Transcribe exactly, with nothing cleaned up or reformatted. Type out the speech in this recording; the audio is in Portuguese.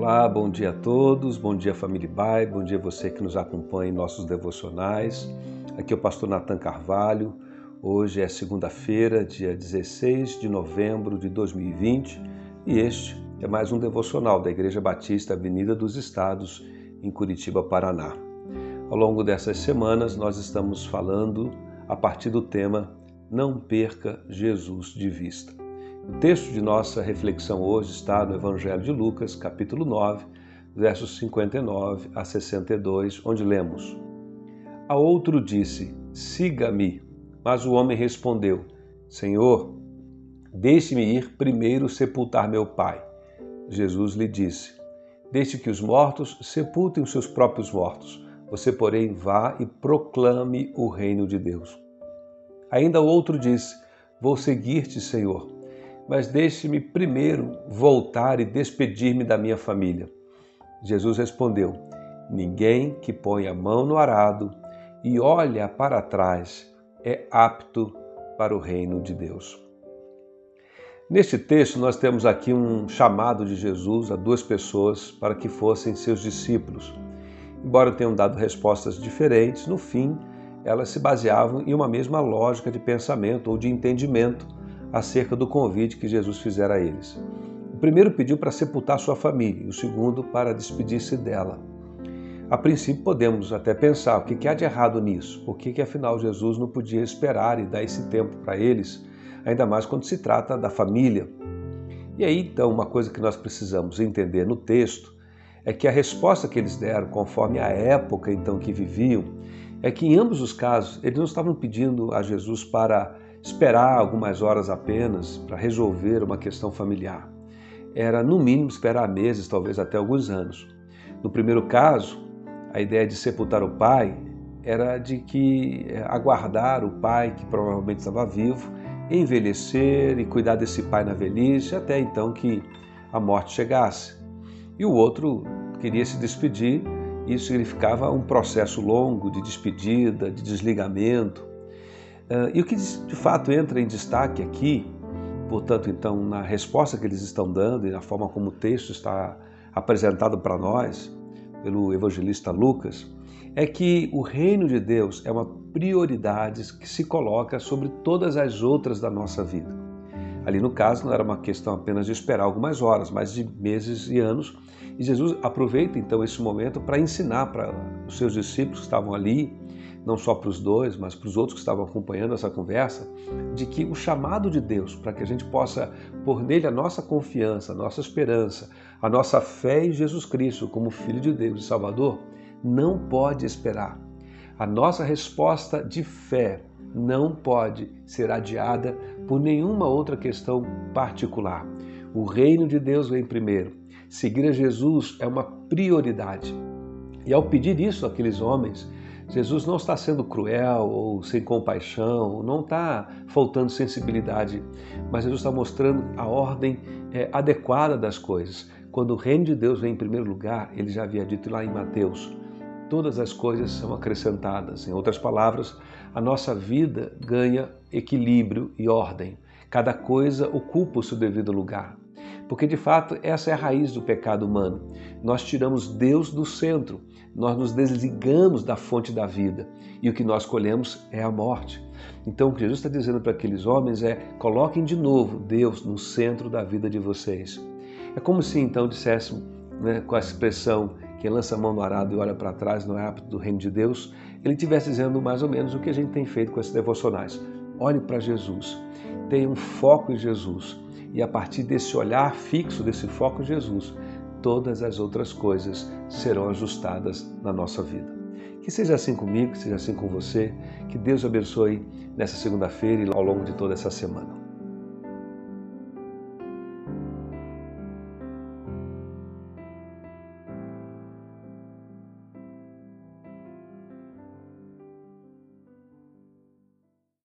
Olá, bom dia a todos, bom dia família Bai, bom dia você que nos acompanha em nossos devocionais. Aqui é o pastor Nathan Carvalho. Hoje é segunda-feira, dia dezesseis de novembro de dois mil e vinte, e este é mais um devocional da Igreja Batista Avenida dos Estados, em Curitiba, Paraná. Ao longo dessas semanas nós estamos falando a partir do tema Não perca Jesus de vista. O texto de nossa reflexão hoje está no Evangelho de Lucas, capítulo nove, versos cinquenta e nove a sessenta e dois, onde lemos: A outro disse, siga-me. Mas o homem respondeu, Senhor, deixe-me ir primeiro sepultar meu pai. Jesus lhe disse, deixe que os mortos sepultem os seus próprios mortos. Você, porém, vá e proclame o reino de Deus. Ainda o outro disse, vou seguir-te, Senhor, mas deixe-me primeiro voltar e despedir-me da minha família. Jesus respondeu, ninguém que põe a mão no arado e olha para trás é apto para o reino de Deus. Neste texto nós temos aqui um chamado de Jesus a duas pessoas para que fossem seus discípulos. Embora tenham dado respostas diferentes, no fim elas se baseavam em uma mesma lógica de pensamento ou de entendimento acerca do convite que Jesus fizera a eles. O primeiro pediu para sepultar sua família, e o segundo para despedir-se dela. A princípio podemos até pensar, o que há de errado nisso? Por que, que afinal Jesus não podia esperar e dar esse tempo para eles, ainda mais quando se trata da família? E aí então uma coisa que nós precisamos entender no texto é que a resposta que eles deram, conforme a época então que viviam, é que em ambos os casos eles não estavam pedindo a Jesus para esperar algumas horas apenas para resolver uma questão familiar. Era, no mínimo, esperar meses, talvez até alguns anos. No primeiro caso, a ideia de sepultar o pai era de que aguardar o pai, que provavelmente estava vivo, envelhecer e cuidar desse pai na velhice, até então que a morte chegasse. E o outro queria se despedir, e isso significava um processo longo de despedida, de desligamento. Uh, e o que de fato entra em destaque aqui, portanto, então, na resposta que eles estão dando e na forma como o texto está apresentado para nós, pelo evangelista Lucas, é que o reino de Deus é uma prioridade que se coloca sobre todas as outras da nossa vida. Ali no caso não era uma questão apenas de esperar algumas horas, mas de meses e anos. E Jesus aproveita então esse momento para ensinar para os seus discípulos que estavam ali, não só para os dois, mas para os outros que estavam acompanhando essa conversa, de que o chamado de Deus, para que a gente possa pôr nele a nossa confiança, a nossa esperança, a nossa fé em Jesus Cristo como Filho de Deus e Salvador, não pode esperar. A nossa resposta de fé não pode ser adiada por nenhuma outra questão particular. O reino de Deus vem primeiro. Seguir a Jesus é uma prioridade. E ao pedir isso àqueles homens, Jesus não está sendo cruel ou sem compaixão, não está faltando sensibilidade, mas Jesus está mostrando a ordem é, adequada das coisas. Quando o reino de Deus vem em primeiro lugar, ele já havia dito lá em Mateus, todas as coisas são acrescentadas. Em outras palavras, a nossa vida ganha equilíbrio e ordem. Cada coisa ocupa o seu devido lugar. Porque, de fato, essa é a raiz do pecado humano. Nós tiramos Deus do centro, nós nos desligamos da fonte da vida e o que nós colhemos é a morte. Então, o que Jesus está dizendo para aqueles homens é, coloquem de novo Deus no centro da vida de vocês. É como se, então, disséssemos, né, com a expressão, quem lança a mão no arado e olha para trás não é apto do reino de Deus, ele estivesse dizendo mais ou menos o que a gente tem feito com esses devocionais. Olhe para Jesus, tenha um foco em Jesus. E a partir desse olhar fixo, desse foco em Jesus, todas as outras coisas serão ajustadas na nossa vida. Que seja assim comigo, que seja assim com você, que Deus abençoe nessa segunda-feira e ao longo de toda essa semana.